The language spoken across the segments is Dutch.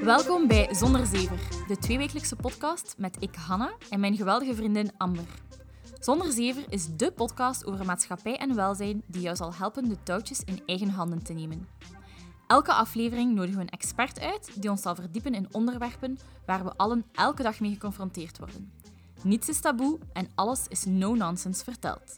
Welkom bij Zonder Zever, de tweewekelijkse podcast met ik, Hanna, en mijn geweldige vriendin Amber. Zonder Zever is dé podcast over maatschappij en welzijn die jou zal helpen de touwtjes in eigen handen te nemen. Elke aflevering nodigen we een expert uit die ons zal verdiepen in onderwerpen waar we allen elke dag mee geconfronteerd worden. Niets is taboe en alles is no-nonsense verteld.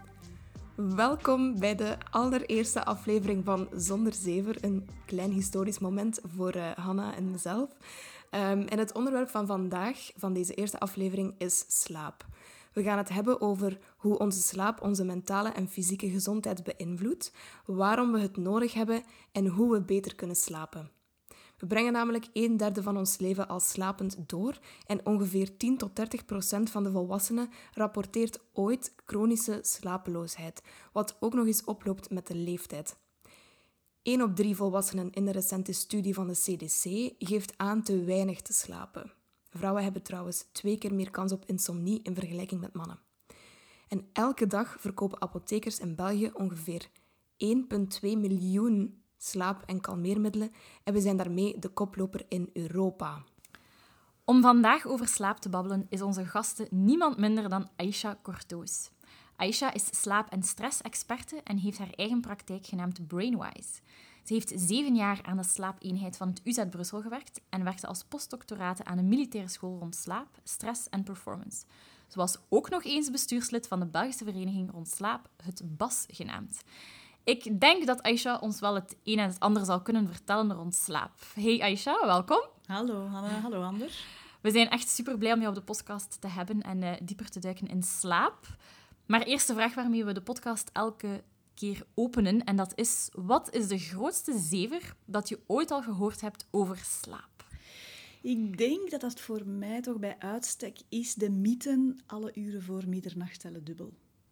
Welkom bij de allereerste aflevering van Zonder Zever. Een klein historisch moment voor Hanna en mezelf. En het onderwerp van vandaag, van deze eerste aflevering, is slaap. We gaan het hebben over hoe onze slaap onze mentale en fysieke gezondheid beïnvloedt, waarom we het nodig hebben en hoe we beter kunnen slapen. We brengen namelijk 1/3 van ons leven al slapend door en ongeveer 10-30% van de volwassenen rapporteert ooit chronische slapeloosheid, wat ook nog eens oploopt met de leeftijd. 1 op 3 volwassenen in een recente studie van de CDC geeft aan te weinig te slapen. Vrouwen hebben trouwens 2 keer meer kans op insomnie in vergelijking met mannen. En elke dag verkopen apothekers in België ongeveer 1,2 miljoen slaap- en kalmeermiddelen en we zijn daarmee de koploper in Europa. Om vandaag over slaap te babbelen is onze gaste niemand minder dan Aisha Cortoos. Aisha is slaap- en stress-experte en heeft haar eigen praktijk genaamd Brainwise. Ze heeft 7 jaar aan de slaapeenheid van het UZ Brussel gewerkt en werkte als postdoctorate aan een militaire school rond slaap, stress en performance. Ze was ook nog eens bestuurslid van de Belgische vereniging rond slaap, het BAS genaamd. Ik denk dat Aisha ons wel het een en het ander zal kunnen vertellen rond slaap. Hey Aisha, welkom. Hallo Hanna, hallo Amber. We zijn echt super blij om jou op de podcast te hebben en dieper te duiken in slaap. Maar eerst de vraag waarmee we de podcast elke keer openen. En dat is, wat is de grootste zever dat je ooit al gehoord hebt over slaap? Ik denk dat dat voor mij toch bij uitstek is de mythe alle uren voor middernacht tellen dubbel.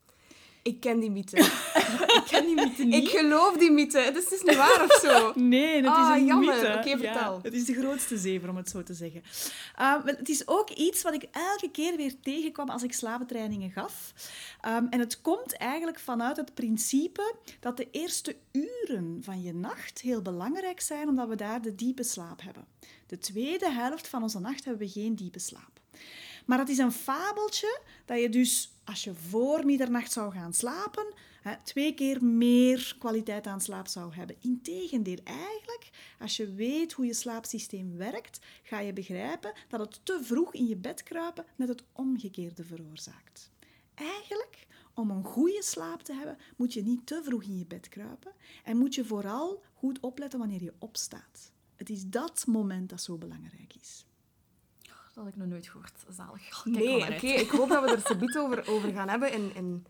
Ik ken die mythe. Ik ken die mythe niet. Ik geloof die mythe. Dus het is niet waar of zo. Nee, het is een jammer. mythe. Oké, vertel. Ja, het is de grootste zever, om het zo te zeggen. Het is ook iets wat ik elke keer weer tegenkwam als ik slaaptrainingen gaf. En het komt eigenlijk vanuit het principe dat de eerste uren van je nacht heel belangrijk zijn, omdat we daar de diepe slaap hebben. De tweede helft van onze nacht hebben we geen diepe slaap. Maar het is een fabeltje dat je dus, als je voor middernacht zou gaan slapen, 2 keer meer kwaliteit aan slaap zou hebben. Integendeel, eigenlijk, als je weet hoe je slaapsysteem werkt, ga je begrijpen dat het te vroeg in je bed kruipen net het omgekeerde veroorzaakt. Eigenlijk, om een goede slaap te hebben, moet je niet te vroeg in je bed kruipen en moet je vooral goed opletten wanneer je opstaat. Het is dat moment dat zo belangrijk is. Dat had ik nog nooit gehoord. Zalig. Nee, oké. Ik hoop dat we er zometeen over gaan hebben.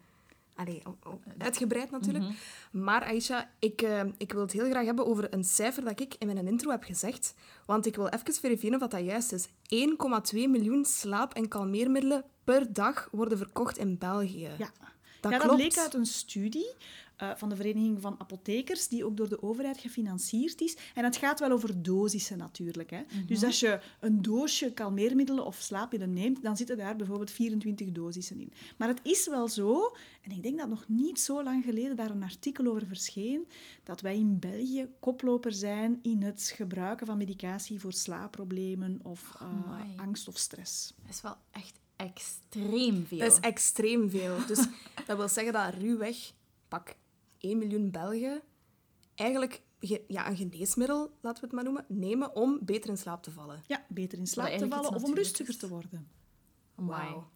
Uitgebreid natuurlijk. Maar Aisha, ik wil het heel graag hebben over een cijfer dat ik in mijn intro heb gezegd. Want ik wil even verifiëren of dat juist is. 1,2 miljoen slaap- en kalmeermiddelen per dag worden verkocht in België. Ja. Dat Dat klopt. bleek uit een studie van de Vereniging van Apothekers, die ook door de overheid gefinancierd is. En het gaat wel over dosissen natuurlijk. Hè. Dus als je een doosje kalmeermiddelen of slaapmiddelen neemt, dan zitten daar bijvoorbeeld 24 dosissen in. Maar het is wel zo, en ik denk dat nog niet zo lang geleden daar een artikel over verscheen, dat wij in België koploper zijn in het gebruiken van medicatie voor slaapproblemen of angst of stress. Dat is wel echt extreem veel. Dat is extreem veel. Dus dat wil zeggen dat ruwweg, pak 1 miljoen Belgen, eigenlijk een geneesmiddel, laten we het maar noemen, nemen om beter in slaap te vallen. Ja, beter in slaap Dat te eigenlijk vallen iets of om natuurlijks rustiger te worden. Wauw.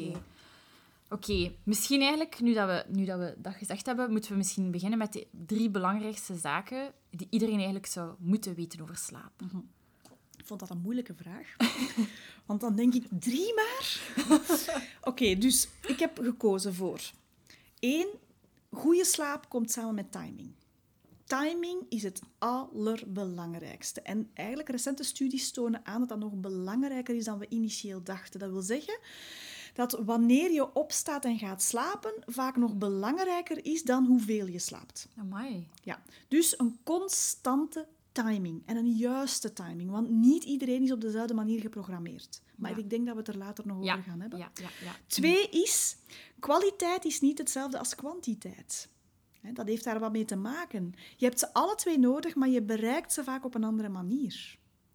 Oké. Misschien eigenlijk, nu dat we dat gezegd hebben, moeten we misschien beginnen met de 3 belangrijkste zaken die iedereen eigenlijk zou moeten weten over slaap. Ik vond dat een moeilijke vraag. Want dan denk ik, 3 maar? Oké, dus ik heb gekozen voor 1. Goede slaap komt samen met timing. Timing is het allerbelangrijkste. En eigenlijk recente studies tonen aan dat dat nog belangrijker is dan we initieel dachten. Dat wil zeggen dat wanneer je opstaat en gaat slapen, vaak nog belangrijker is dan hoeveel je slaapt. Amai. Ja, dus een constante timing en een juiste timing. Want niet iedereen is op dezelfde manier geprogrammeerd. Maar ik denk dat we het er later nog over gaan hebben. Ja. 2 is, kwaliteit is niet hetzelfde als kwantiteit. Dat heeft daar wat mee te maken. Je hebt ze alle 2 nodig, maar je bereikt ze vaak op een andere manier.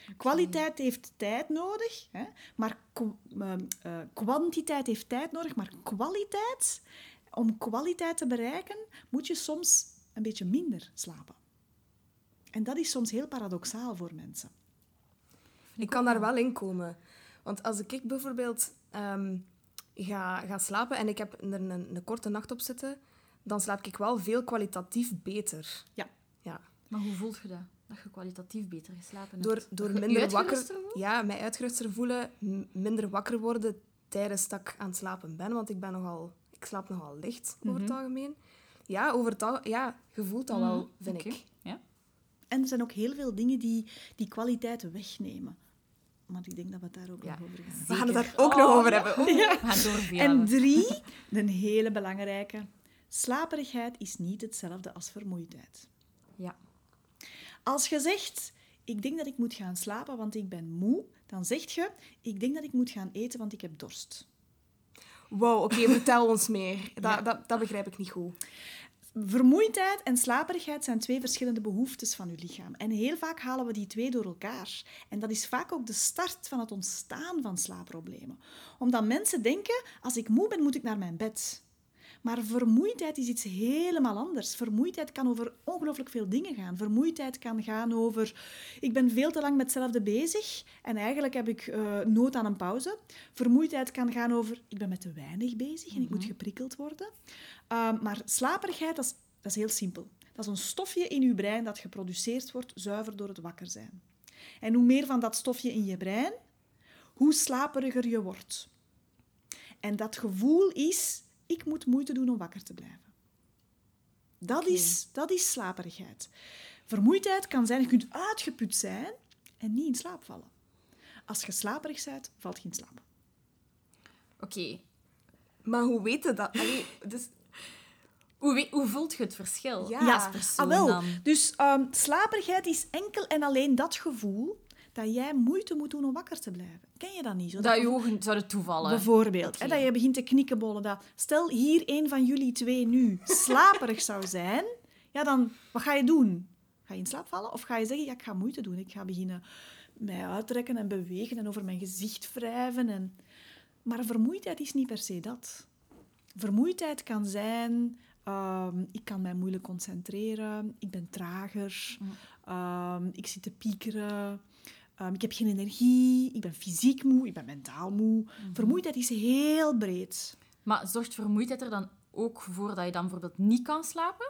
Kwaliteit heeft tijd nodig, hè, maar kwantiteit heeft tijd nodig, maar kwaliteit, om kwaliteit te bereiken, moet je soms een beetje minder slapen. En dat is soms heel paradoxaal voor mensen. Ik kan daar wel in komen. Want als ik bijvoorbeeld ga slapen en ik heb er een korte nacht op zitten, dan slaap ik wel veel kwalitatief beter. Ja. Ja. Maar hoe voelt je dat? Dat je kwalitatief beter geslapen hebt? Door Je minder wakker... uitgeruster voelt? Ja, mij uitgeruster voelen, minder wakker worden tijdens dat ik aan het slapen ben. Want ik slaap nogal licht, over het algemeen. Ja, je voelt dat wel, vind Oké. ik. Ja. En er zijn ook heel veel dingen die kwaliteit wegnemen. Maar ik denk dat we het daar ook nog over gaan hebben. We gaan het daar ook nog over hebben. Oeh. We gaan doorvelen. En 3, een hele belangrijke. Slaperigheid is niet hetzelfde als vermoeidheid. Ja. Als je zegt, ik denk dat ik moet gaan slapen, want ik ben moe, dan zeg je, ik denk dat ik moet gaan eten, want ik heb dorst. Wow, oké, vertel ons meer. Dat begrijp ik niet goed. Vermoeidheid en slaperigheid zijn 2 verschillende behoeftes van je lichaam. En heel vaak halen we die 2 door elkaar. En dat is vaak ook de start van het ontstaan van slaapproblemen. Omdat mensen denken, als ik moe ben, moet ik naar mijn bed. Maar vermoeidheid is iets helemaal anders. Vermoeidheid kan over ongelooflijk veel dingen gaan. Vermoeidheid kan gaan over... Ik ben veel te lang met hetzelfde bezig en eigenlijk heb ik nood aan een pauze. Vermoeidheid kan gaan over... Ik ben met te weinig bezig en ik moet geprikkeld worden. Maar slaperigheid, dat is heel simpel. Dat is een stofje in je brein dat geproduceerd wordt zuiver door het wakker zijn. En hoe meer van dat stofje in je brein, hoe slaperiger je wordt. En dat gevoel is... Ik moet moeite doen om wakker te blijven. Dat is slaperigheid. Vermoeidheid kan zijn, je kunt uitgeput zijn en niet in slaap vallen. Als je slaperig bent, valt je in slaap. Oké. Maar hoe weet je dat? Allee, dus... Hoe voelt je het verschil? Ja. Als persoon wel. dan? Dus slaperigheid is enkel en alleen dat gevoel dat jij moeite moet doen om wakker te blijven. Ken je dat niet? Zo Dat je ogen zouden toevallen. Bijvoorbeeld. Oké. Hè, dat je begint te knikkenbollen. Stel, hier een van jullie 2 nu slaperig zou zijn. Ja, dan, wat ga je doen? Ga je in slaap vallen? Of ga je zeggen, ja, ik ga moeite doen. Ik ga beginnen mij uittrekken en bewegen en over mijn gezicht wrijven. Maar vermoeidheid is niet per se dat. Vermoeidheid kan zijn... ik kan mij moeilijk concentreren. Ik ben trager. Ik zit te piekeren. Ik heb geen energie. Ik ben fysiek moe. Ik ben mentaal moe. Vermoeidheid is heel breed. Maar zorgt vermoeidheid er dan ook voor dat je dan bijvoorbeeld niet kan slapen?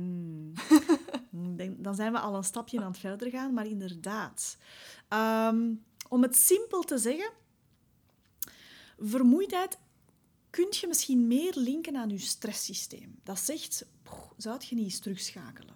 Dan zijn we al een stapje aan het verder gaan. Maar inderdaad. Om het simpel te zeggen... Vermoeidheid kun je misschien meer linken aan je stresssysteem. Dat zegt, zou je niet eens terugschakelen?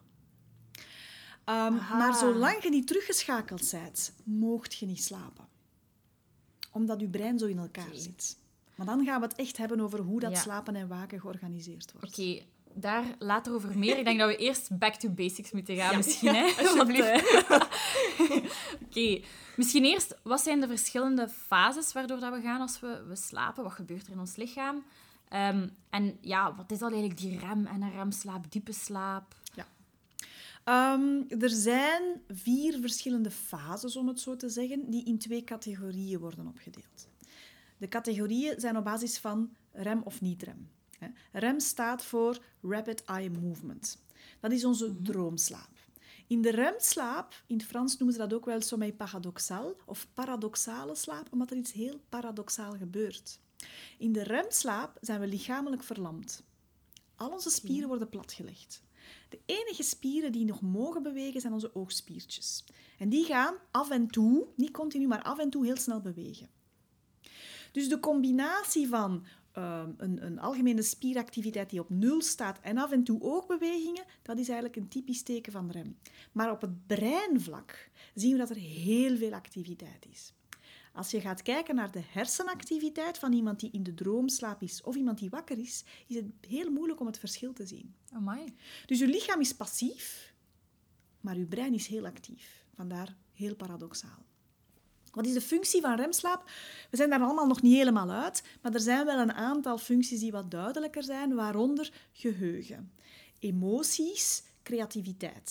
Maar zolang je niet teruggeschakeld bent, moogt je niet slapen. Omdat je brein zo in elkaar zit. Maar dan gaan we het echt hebben over hoe dat slapen en waken georganiseerd wordt. Oké, daar later over meer. Ik denk dat we eerst back to basics moeten gaan, misschien. Hè? alsjeblieft. Oké, misschien eerst, wat zijn de verschillende fases waardoor dat we gaan als we slapen? Wat gebeurt er in ons lichaam? En ja, wat is dat eigenlijk, die rem en een remslaap, diepe slaap? Ja. Er zijn 4 verschillende fases, om het zo te zeggen, die in 2 categorieën worden opgedeeld. De categorieën zijn op basis van rem of niet-rem. REM staat voor Rapid Eye Movement. Dat is onze droomslaap. In de remslaap, in het Frans noemen ze dat ook wel sommeil paradoxal of paradoxale slaap, omdat er iets heel paradoxaal gebeurt. In de remslaap zijn we lichamelijk verlamd. Al onze spieren worden platgelegd. De enige spieren die nog mogen bewegen zijn onze oogspiertjes. En die gaan af en toe, niet continu, maar af en toe heel snel bewegen. Dus de combinatie van een algemene spieractiviteit die op 0 staat en af en toe oogbewegingen, dat is eigenlijk een typisch teken van rem. Maar op het breinvlak zien we dat er heel veel activiteit is. Als je gaat kijken naar de hersenactiviteit van iemand die in de droomslaap is of iemand die wakker is het heel moeilijk om het verschil te zien. Amai. Dus je lichaam is passief, maar je brein is heel actief. Vandaar heel paradoxaal. Wat is de functie van remslaap? We zijn daar allemaal nog niet helemaal uit, maar er zijn wel een aantal functies die wat duidelijker zijn, waaronder geheugen, emoties, creativiteit.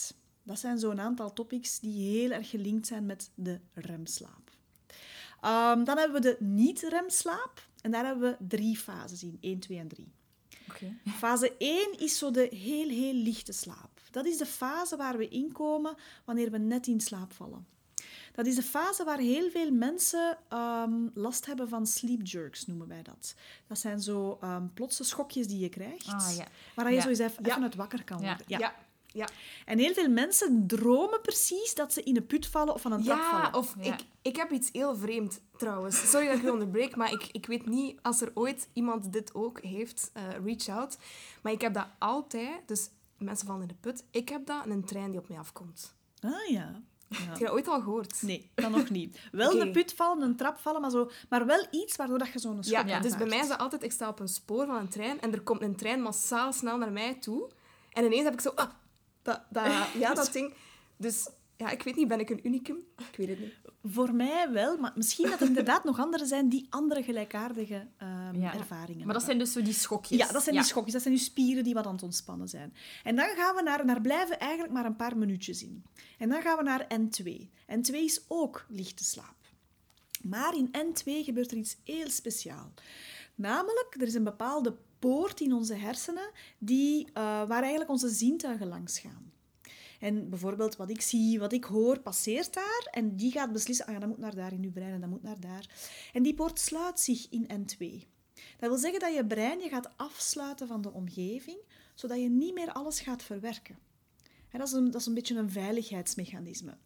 Dat zijn zo'n aantal topics die heel erg gelinkt zijn met de remslaap. Dan hebben we de niet-remslaap. En daar hebben we 3 fases in. 1, 2 en 3. Oké. Fase 1 is zo de heel lichte slaap. Dat is de fase waar we inkomen wanneer we net in slaap vallen. Dat is de fase waar heel veel mensen last hebben van sleep jerks, noemen wij dat. Dat zijn zo plotse schokjes die je krijgt, waar je zo eens even uit wakker kan worden. Ja. En heel veel mensen dromen precies dat ze in een put vallen of van een trap vallen. Of ik heb iets heel vreemd, trouwens. Sorry dat ik u onderbreek, maar ik weet niet als er ooit iemand dit ook heeft, reach out. Maar ik heb dat altijd, dus mensen vallen in de put, ik heb dat en een trein die op mij afkomt. Ah ja. Heb je dat ooit al gehoord? Nee, dat nog niet. Wel Oké. de put vallen, een trap vallen, maar wel iets waardoor dat je zo'n schok Ja, dus bij krijgt. mij is dat altijd, ik sta op een spoor van een trein en er komt een trein massaal snel naar mij toe. En ineens heb ik zo, dat ding. Dus ja, ik weet niet, ben ik een unicum? Ik weet het niet. Voor mij wel, maar misschien dat er inderdaad nog anderen zijn die andere gelijkaardige ervaringen Maar dat zijn dus zo die schokjes. Ja, dat zijn die schokjes. Dat zijn je spieren die wat aan het ontspannen zijn. En dan gaan we naar blijven eigenlijk maar een paar minuutjes in. En dan gaan we naar N2. N2 is ook lichte slaap. Maar in N2 gebeurt er iets heel speciaals. Namelijk, er is een bepaalde poort in onze hersenen waar eigenlijk onze zintuigen langs gaan. En bijvoorbeeld wat ik zie, wat ik hoor, passeert daar. En die gaat beslissen, dat moet naar daar in je brein en dat moet naar daar. En die poort sluit zich in N2. Dat wil zeggen dat je brein je gaat afsluiten van de omgeving, zodat je niet meer alles gaat verwerken. En dat is een beetje een veiligheidsmechanisme.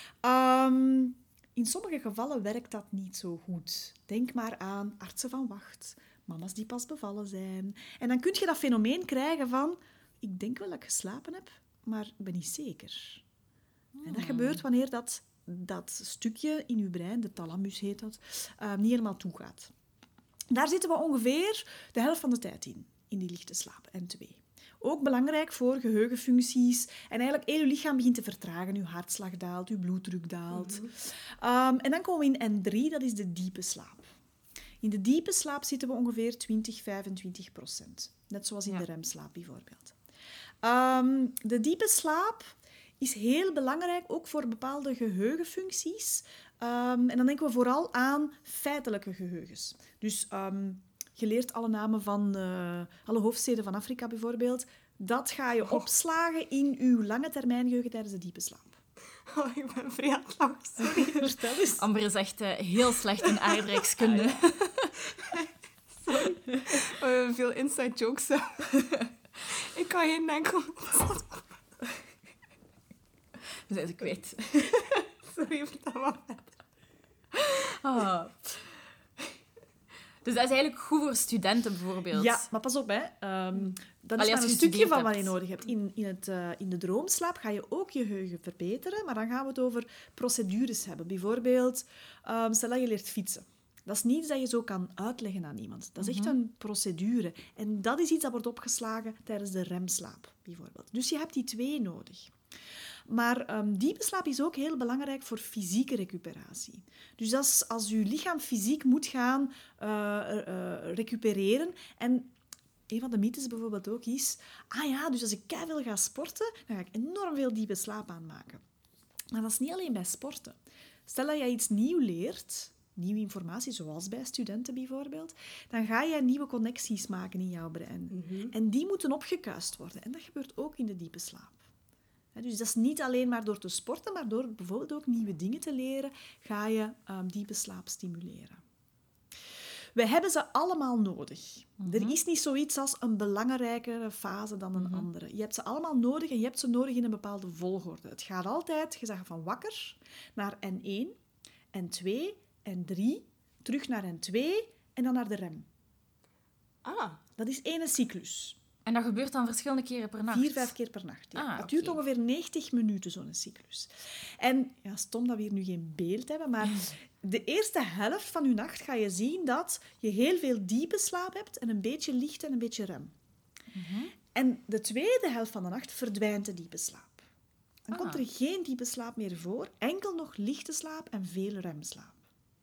In sommige gevallen werkt dat niet zo goed. Denk maar aan artsen van wacht, mama's die pas bevallen zijn. En dan kun je dat fenomeen krijgen van, ik denk wel dat ik geslapen heb, maar ik ben niet zeker. En dat gebeurt wanneer dat stukje in je brein, de thalamus heet dat, niet helemaal toegaat. Daar zitten we ongeveer de helft van de tijd in die lichte slaap, N2. Ook belangrijk voor geheugenfuncties. En eigenlijk heel je lichaam begint te vertragen. Je hartslag daalt, je bloeddruk daalt. En dan komen we in N3, dat is de diepe slaap. In de diepe slaap zitten we ongeveer 20-25%. Net zoals in de remslaap bijvoorbeeld. De diepe slaap is heel belangrijk, ook voor bepaalde geheugenfuncties. En dan denken we vooral aan feitelijke geheugens. Dus je leert alle namen van alle hoofdsteden van Afrika bijvoorbeeld. Dat ga je opslagen in je lange termijn geheugen tijdens de diepe slaap. Oh, ik ben vrij aan het lachen, sorry. Vertel eens. Amber is echt heel slecht in aardrijkskunde. Sorry. We hebben veel inside jokes. Ik kan geen enkel... We zijn ze kwijt. Sorry, vertel maar. Ah. Dus dat is eigenlijk goed voor studenten bijvoorbeeld. Ja, maar pas op, hè. Dat is Allee, als maar je een stukje van wat gestudeerd je hebt. nodig hebt. In de droomslaap ga je ook je geheugen verbeteren, maar dan gaan we het over procedures hebben. Bijvoorbeeld, stel dat je leert fietsen. Dat is niets dat je zo kan uitleggen aan iemand. Dat is echt een procedure. En dat is iets dat wordt opgeslagen tijdens de remslaap, bijvoorbeeld. Dus je hebt die 2 nodig. Maar diepe slaap is ook heel belangrijk voor fysieke recuperatie. Dus dat is als je lichaam fysiek moet gaan recupereren. En een van de mythes bijvoorbeeld ook is... dus als ik keiveel ga sporten, dan ga ik enorm veel diepe slaap aanmaken. Maar dat is niet alleen bij sporten. Stel dat jij iets nieuw leert, nieuwe informatie, zoals bij studenten bijvoorbeeld, dan ga je nieuwe connecties maken in jouw brein. En die moeten opgekuist worden. En dat gebeurt ook in de diepe slaap. Dus dat is niet alleen maar door te sporten, maar door bijvoorbeeld ook nieuwe dingen te leren, ga je diepe slaap stimuleren. We hebben ze allemaal nodig. Er is niet zoiets als een belangrijkere fase dan een andere. Je hebt ze allemaal nodig en je hebt ze nodig in een bepaalde volgorde. Het gaat altijd, je zegt van wakker naar N1, N2, N3, terug naar N2 en dan naar de rem. Dat is 1 cyclus. En dat gebeurt dan verschillende keren per nacht? 4-5 keer per nacht. Ja. Ah, Dat duurt oké. ongeveer 90 minuten, zo'n cyclus. En stom dat we hier nu geen beeld hebben, maar de eerste helft van je nacht ga je zien dat je heel veel diepe slaap hebt en een beetje lichte en een beetje rem. En de tweede helft van de nacht verdwijnt de diepe slaap. Dan komt er geen diepe slaap meer voor, enkel nog lichte slaap en veel remslaap.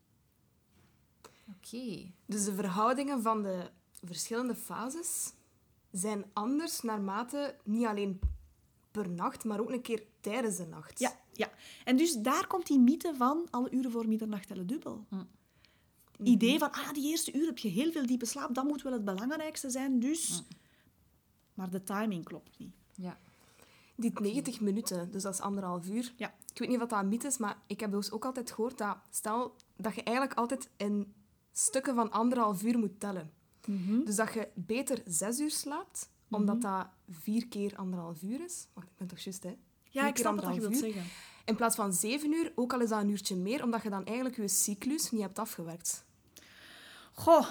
Oké. Dus de verhoudingen van de verschillende fases zijn anders naarmate niet alleen per nacht, maar ook een keer tijdens de nacht. Ja. En dus daar komt die mythe van alle uren voor middernacht tellen dubbel. Idee van, die eerste uur heb je heel veel diepe slaap, dat moet wel het belangrijkste zijn, dus... Maar de timing klopt niet. Ja. Die 90 minuten, dus dat is 1,5 uur. Ja. Ik weet niet wat dat een mythe is, maar ik heb dus ook altijd gehoord dat... Stel dat je eigenlijk altijd in stukken van 1,5 uur moet tellen. Dus dat je beter 6 uur slaapt, omdat dat 4 keer 1,5 uur is. Wacht, ik ben toch juist, hè? Ja, ik snap wat je wilt zeggen. In plaats van 7 uur, ook al is dat een uurtje meer, omdat je dan eigenlijk je cyclus niet hebt afgewerkt. Goh,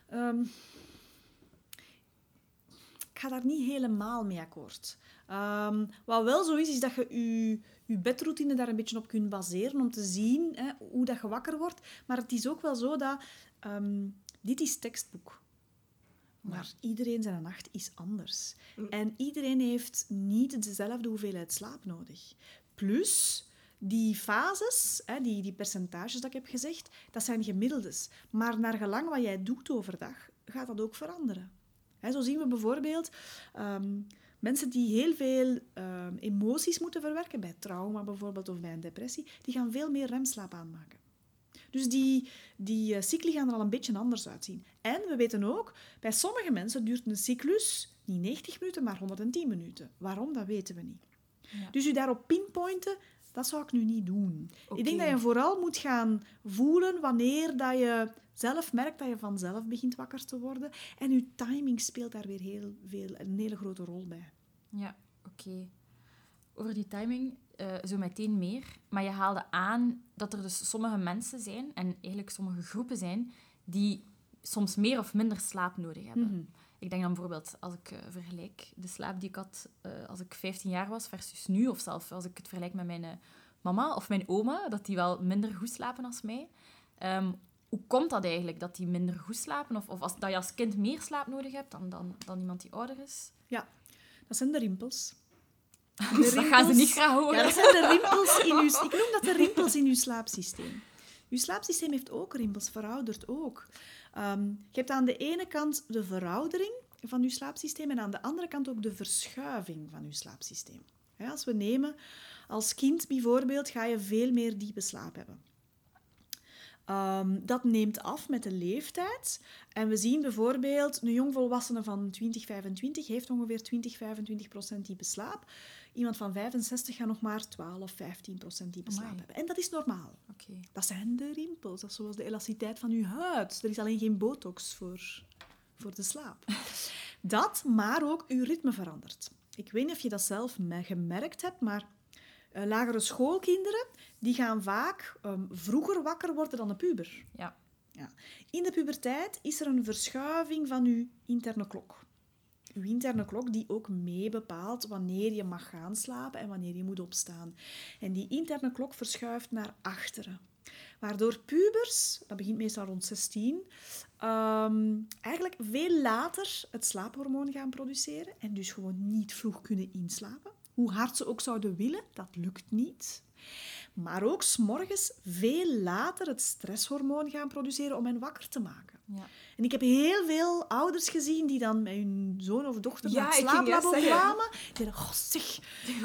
ik ga daar niet helemaal mee akkoord. Wat wel zo is dat je je bedroutine daar een beetje op kunt baseren om te zien hoe dat je wakker wordt. Maar het is ook wel zo dat... dit is tekstboek. Maar iedereen zijn nacht is anders. En iedereen heeft niet dezelfde hoeveelheid slaap nodig. Plus, die fases, die percentages dat ik heb gezegd, dat zijn gemiddeldes. Maar naar gelang wat jij doet overdag, gaat dat ook veranderen. Zo zien we bijvoorbeeld mensen die heel veel emoties moeten verwerken, bij trauma bijvoorbeeld of bij een depressie, die gaan veel meer remslaap aanmaken. Dus die cycli gaan er al een beetje anders uitzien. En we weten ook, bij sommige mensen duurt een cyclus niet 90 minuten, maar 110 minuten. Waarom, dat weten we niet. Ja. Dus je daarop pinpointen, dat zou ik nu niet doen. Okay. Ik denk dat je vooral moet gaan voelen wanneer dat je zelf merkt dat je vanzelf begint wakker te worden. En je timing speelt daar weer een hele grote rol bij. Ja, oké. Over die timing zo meteen meer. Maar je haalde aan dat er dus sommige mensen zijn, en eigenlijk sommige groepen zijn, die soms meer of minder slaap nodig hebben. Mm-hmm. Ik denk dan bijvoorbeeld, als ik vergelijk de slaap die ik had als ik 15 jaar was versus nu, of zelfs als ik het vergelijk met mijn mama of mijn oma, dat die wel minder goed slapen als mij. Hoe komt dat eigenlijk, dat die minder goed slapen? Of dat je als kind meer slaap nodig hebt dan iemand die ouder is? Ja, dat zijn de rimpels. Dus dat gaan ze niet graag horen. Ja, dat zijn de rimpels in uw... Ik noem dat de rimpels in uw slaapsysteem. Uw slaapsysteem heeft ook rimpels, veroudert ook. Je hebt aan de ene kant de veroudering van uw slaapsysteem en aan de andere kant ook de verschuiving van uw slaapsysteem. Ja, als we nemen, als kind bijvoorbeeld, ga je veel meer diepe slaap hebben. Dat neemt af met de leeftijd. En we zien bijvoorbeeld, een jongvolwassene van 20-25 heeft ongeveer 20-25% diepe slaap. Iemand van 65 gaat nog maar 12-15% diepe slaap hebben. En dat is normaal. Okay. Dat zijn de rimpels. Dat is zoals de elasticiteit van uw huid. Er is alleen geen botox voor de slaap. Dat, maar ook uw ritme verandert. Ik weet niet of je dat zelf gemerkt hebt, maar lagere schoolkinderen die gaan vaak vroeger wakker worden dan de puber. Ja. Ja. In de puberteit is er een verschuiving van uw interne klok. Uw interne klok die ook mee bepaalt wanneer je mag gaan slapen en wanneer je moet opstaan. En die interne klok verschuift naar achteren. Waardoor pubers, dat begint meestal rond 16, eigenlijk veel later het slaaphormoon gaan produceren en dus gewoon niet vroeg kunnen inslapen. Hoe hard ze ook zouden willen, dat lukt niet. Maar ook 's morgens veel later het stresshormoon gaan produceren om hen wakker te maken. Ja. En ik heb heel veel ouders gezien die dan met hun zoon of dochter naar het slaaplabo kwamen. Die dachten, zeg,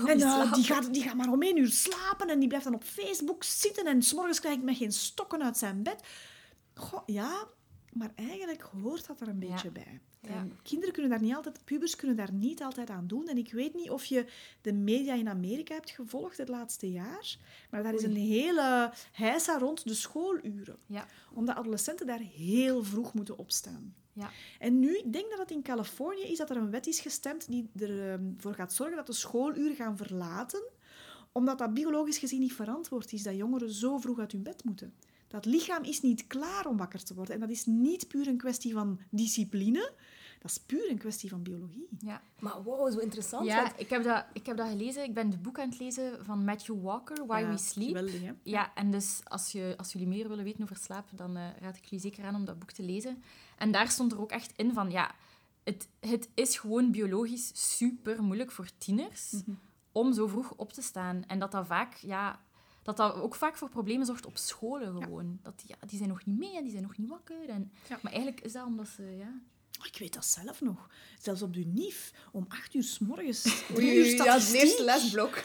die gaat maar om 1 uur slapen en die blijft dan op Facebook zitten en 's morgens krijg ik met geen stokken uit zijn bed. Goh, ja, maar eigenlijk hoort dat er een beetje bij. Ja. Kinderen kunnen daar niet altijd, pubers kunnen daar niet altijd aan doen. En ik weet niet of je de media in Amerika hebt gevolgd het laatste jaar, maar daar is een hele heisa rond de schooluren. Ja. Omdat adolescenten daar heel vroeg moeten opstaan. Ja. En nu, ik denk dat het in Californië is dat er een wet is gestemd die ervoor gaat zorgen dat de schooluren gaan verlaten, omdat dat biologisch gezien niet verantwoord is dat jongeren zo vroeg uit hun bed moeten. Dat lichaam is niet klaar om wakker te worden. En dat is niet puur een kwestie van discipline. Dat is puur een kwestie van biologie. Ja. Maar wow, zo interessant. Ja, want... ik heb dat gelezen. Ik ben het boek aan het lezen van Matthew Walker, Why We Sleep. Geweldig, hè? Ja, en dus als jullie meer willen weten over slaap, dan raad ik jullie zeker aan om dat boek te lezen. En daar stond er ook echt in van, ja, het is gewoon biologisch super moeilijk voor tieners om zo vroeg op te staan. En dat vaak, ja... Dat ook vaak voor problemen zorgt op scholen gewoon. Ja. Die zijn nog niet mee en die zijn nog niet wakker. Maar eigenlijk is dat omdat ze... Ja... Ik weet dat zelf nog. Zelfs op de NIF, om 8 uur 's morgens. 3 Oei, uur ja, het statistiek. eerste lesblok.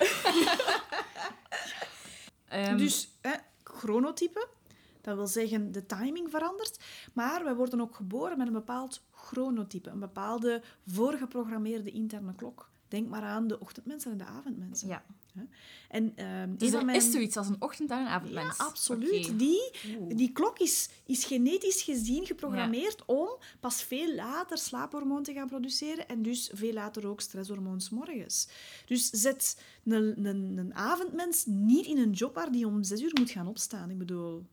Dus chronotype, dat wil zeggen de timing verandert. Maar wij worden ook geboren met een bepaald chronotype. Een bepaalde voorgeprogrammeerde interne klok. Denk maar aan de ochtendmensen en de avondmensen. Ja. En, Dus een van er is zoiets als een ochtend- en een Ja, avondmens. absoluut. Oké. Die klok is genetisch gezien geprogrammeerd om pas veel later slaaphormoon te gaan produceren en dus veel later ook stresshormoon 's morgens. Dus zet een avondmens niet in een job waar die om 6 uur moet gaan opstaan. Ik bedoel...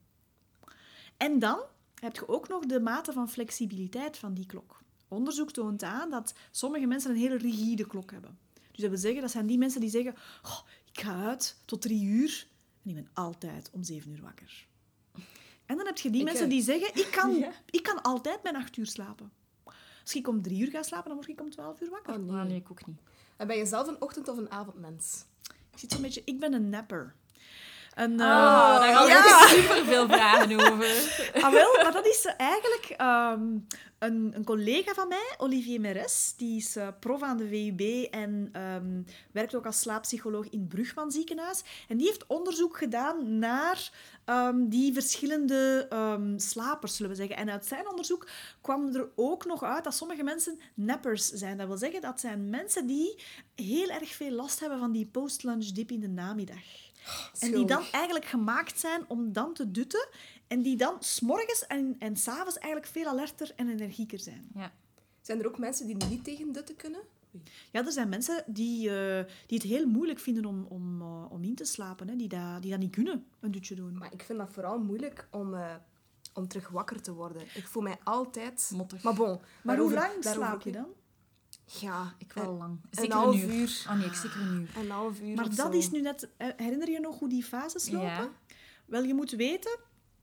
En dan heb je ook nog de mate van flexibiliteit van die klok. Onderzoek toont aan dat sommige mensen een hele rigide klok hebben. Dus dat wil zeggen, dat zijn die mensen die zeggen... "Oh, ik ga uit tot 3 uur en ik ben altijd om 7 uur wakker." En dan heb je die mensen die zeggen... Ik kan altijd mijn 8 uur slapen. Als ik om 3 uur ga slapen, dan word ik om 12 uur wakker. Oh, Ah, nee, ik ook niet. En ben je zelf een ochtend- of een avondmens? Ik zit zo'n beetje... Ik ben een napper. Een, Daar had ik superveel vragen over. wel, maar dat is eigenlijk een collega van mij, Olivier Meres, die is prof aan de VUB en werkt ook als slaappsycholoog in Brugman ziekenhuis. En die heeft onderzoek gedaan naar die verschillende slapers, zullen we zeggen. En uit zijn onderzoek kwam er ook nog uit dat sommige mensen nappers zijn. Dat wil zeggen, dat zijn mensen die heel erg veel last hebben van die post-lunch dip in de namiddag. En die dan eigenlijk gemaakt zijn om dan te dutten. En die dan 's morgens en 's avonds eigenlijk veel alerter en energieker zijn. Ja. Zijn er ook mensen die niet tegen dutten kunnen? Ja, er zijn mensen die het heel moeilijk vinden om in te slapen. Hè. Die dat niet kunnen, een dutje doen. Maar ik vind dat vooral moeilijk om terug wakker te worden. Ik voel mij altijd... Mottig. Maar bon. Maar hoe daarover- lang daarover slaap ook je niet. dan? Ja, Ik wel lang. een Zeker half een uur. uur. Ah nee, ik zeker een uur. Een half uur Maar of dat zo. is nu net... Herinner je nog hoe die fases lopen? Ja. Wel, je moet weten,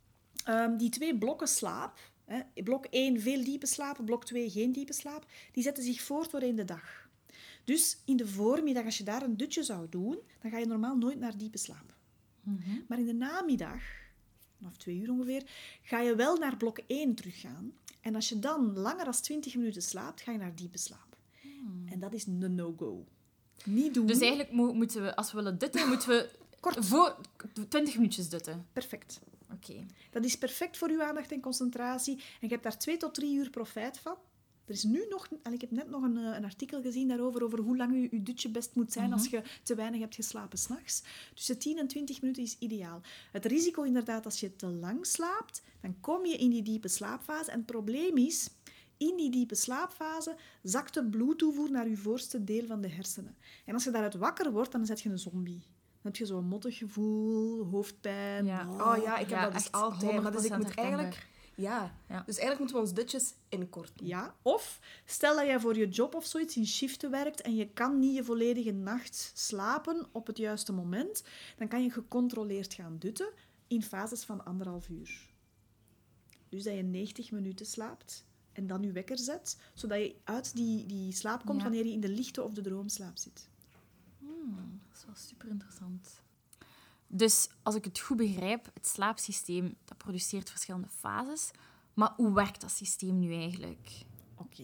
die 2 blokken slaap... Hè, blok 1, veel diepe slaap. Blok 2, geen diepe slaap. Die zetten zich voort doorheen de dag. Dus in de voormiddag, als je daar een dutje zou doen, dan ga je normaal nooit naar diepe slaap. Maar in de namiddag, vanaf 2 uur ongeveer, ga je wel naar blok 1 teruggaan. En als je dan langer dan 20 minuten slaapt, ga je naar diepe slaap. En dat is een no-go. Niet doen. Dus eigenlijk moeten we, als we willen dutten, moeten we Kort. voor 20 minuutjes dutten. Perfect. Oké. Dat is perfect voor uw aandacht en concentratie. En je hebt daar 2 tot 3 uur profijt van. Er is nu nog... En ik heb net nog een artikel gezien daarover, over hoe lang je dutje best moet zijn als je te weinig hebt geslapen 's nachts. Tussen 10 en 20 minuten is ideaal. Het risico inderdaad, als je te lang slaapt, dan kom je in die diepe slaapfase. En het probleem is... In die diepe slaapfase zakt de bloedtoevoer naar je voorste deel van de hersenen. En als je daaruit wakker wordt, dan zet je een zombie. Dan heb je zo'n mottig gevoel, hoofdpijn. Ja. Oh ja, ik heb Ja, dat dus echt altijd. Maar dus ik 100% moet eigenlijk... herkenbaar. Ja. Ja. Dus eigenlijk moeten we ons dutjes inkorten. Ja, of stel dat jij voor je job of zoiets in shiften werkt en je kan niet je volledige nacht slapen op het juiste moment, dan kan je gecontroleerd gaan dutten in fases van 1,5 uur. Dus dat je 90 minuten slaapt en dan je wekker zet, zodat je uit die slaap komt Ja. wanneer je in de lichte of de droomslaap zit. Dat is wel super interessant. Dus als ik het goed begrijp, het slaapsysteem dat produceert verschillende fases. Maar hoe werkt dat systeem nu eigenlijk? Oké.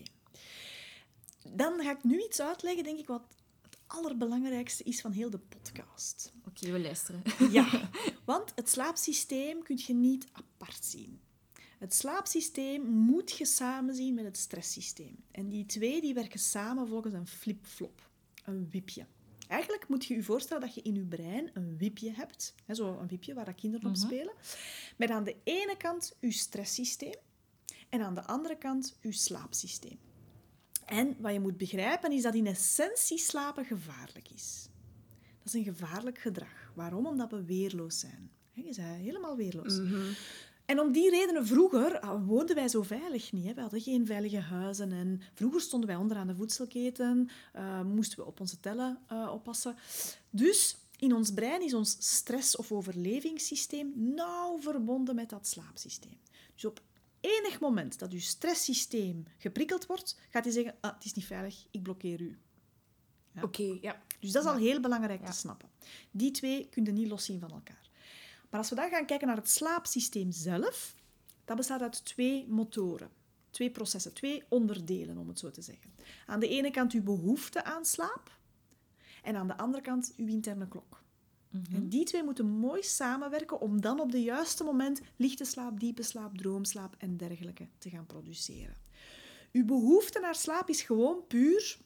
Dan ga ik nu iets uitleggen, denk ik, wat het allerbelangrijkste is van heel de podcast. Oké, we luisteren. Ja, want het slaapsysteem kun je niet apart zien. Het slaapsysteem moet je samen zien met het stresssysteem. En die 2 die werken samen volgens een flip-flop, een wipje. Eigenlijk moet je je voorstellen dat je in je brein een wipje hebt. Zo'n wipje waar dat kinderen op spelen. Met aan de ene kant je stresssysteem en aan de andere kant je slaapsysteem. En wat je moet begrijpen is dat in essentie slapen gevaarlijk is. Dat is een gevaarlijk gedrag. Waarom? Omdat we weerloos zijn. Je bent helemaal weerloos. En om die redenen, vroeger woonden wij zo veilig niet. We hadden geen veilige huizen. En vroeger stonden wij onderaan de voedselketen. Moesten we op onze tellen oppassen. Dus in ons brein is ons stress- of overlevingssysteem nauw verbonden met dat slaapsysteem. Dus op enig moment dat uw stresssysteem geprikkeld wordt, gaat hij zeggen, het is niet veilig, ik blokkeer u. Ja. Oké, ja. Dus dat is al heel belangrijk Ja. te snappen. Die 2 kun je niet loszien van elkaar. Maar als we dan gaan kijken naar het slaapsysteem zelf, dat bestaat uit 2 motoren. twee processen, 2 onderdelen, om het zo te zeggen. Aan de ene kant uw behoefte aan slaap en aan de andere kant uw interne klok. En die 2 moeten mooi samenwerken om dan op het juiste moment lichte slaap, diepe slaap, droomslaap en dergelijke te gaan produceren. Uw behoefte naar slaap is gewoon puur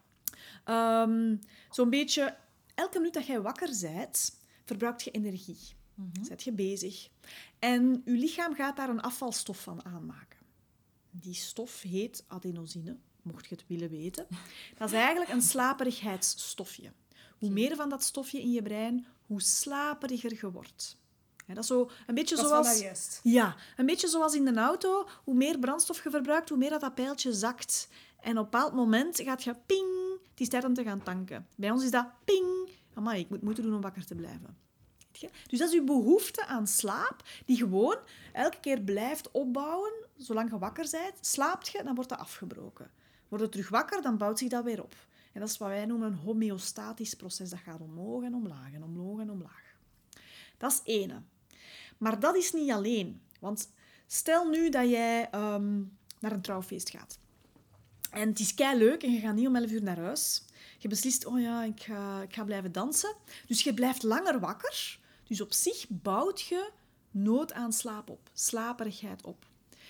zo'n beetje elke minuut dat jij wakker bent, verbruikt je energie. Zet je bezig. En je lichaam gaat daar een afvalstof van aanmaken. Die stof heet adenosine, mocht je het willen weten. Dat is eigenlijk een slaperigheidsstofje. Hoe meer van dat stofje in je brein, hoe slaperiger je wordt. Ja, dat is zo een beetje zoals... Ja, een beetje zoals in een auto. Hoe meer brandstof je verbruikt, hoe meer dat pijltje zakt. En op een bepaald moment gaat je ping, het is tijd om te gaan tanken. Bij ons is dat ping, amai, ik moet moeite doen om wakker te blijven. Dus dat is je behoefte aan slaap, die gewoon elke keer blijft opbouwen. Zolang je wakker bent, slaapt je, dan wordt dat afgebroken. Word je terug wakker, dan bouwt zich dat weer op. En dat is wat wij noemen een homeostatisch proces. Dat gaat omhoog en omlaag en omhoog en omlaag. Dat is ene. Maar dat is niet alleen. Want stel nu dat jij naar een trouwfeest gaat. En het is keileuk en je gaat niet om 11 uur naar huis. Je beslist, oh ja, ik ga blijven dansen. Dus je blijft langer wakker. Dus op zich bouwt je nood aan slaap op. Slaperigheid op.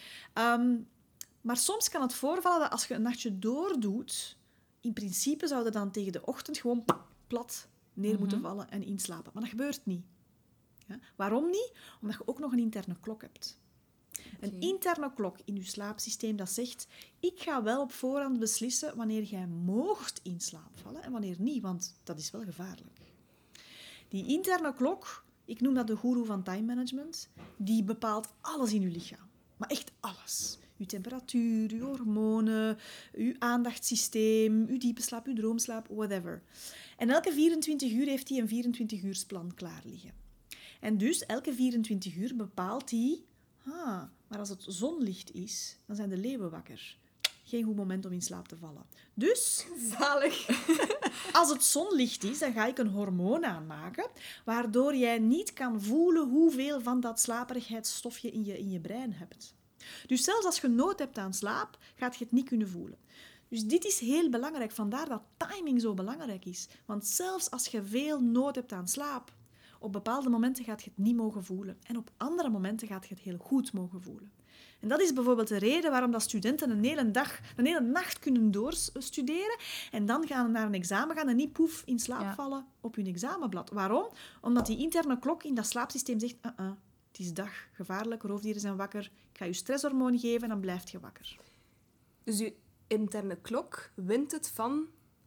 Maar soms kan het voorvallen dat als je een nachtje doordoet, in principe zou je dan tegen de ochtend gewoon plat neer moeten vallen en inslapen. Maar dat gebeurt niet. Ja? Waarom niet? Omdat je ook nog een interne klok hebt. Een interne klok in je slaapsysteem dat zegt, ik ga wel op voorhand beslissen wanneer jij moogt in slaap vallen en wanneer niet, want dat is wel gevaarlijk. Die interne klok, ik noem dat de goeroe van time management, die bepaalt alles in je lichaam. Maar echt alles. Uw temperatuur, uw hormonen, uw aandachtssysteem, uw diepe slaap, uw droomslaap, whatever. En elke 24 uur heeft hij een 24-uursplan klaar liggen. En dus elke 24 uur bepaalt hij, maar als het zonlicht is, dan zijn de leeuwen wakker. Geen goed moment om in slaap te vallen. Dus, Zalig. Als het zonlicht is, dan ga ik een hormoon aanmaken, waardoor jij niet kan voelen hoeveel van dat slaperigheidsstofje in je brein hebt. Dus zelfs als je nood hebt aan slaap, gaat je het niet kunnen voelen. Dus dit is heel belangrijk, vandaar dat timing zo belangrijk is. Want zelfs als je veel nood hebt aan slaap, op bepaalde momenten gaat je het niet mogen voelen. En op andere momenten gaat je het heel goed mogen voelen. En dat is bijvoorbeeld de reden waarom dat studenten een hele nacht kunnen doorstuderen en dan gaan naar een examen gaan en niet poef in slaap vallen op hun examenblad. Waarom? Omdat die interne klok in dat slaapsysteem zegt, het is dag, gevaarlijk, roofdieren zijn wakker, ik ga je stresshormoon geven en dan blijf je wakker. Dus je interne klok wint het van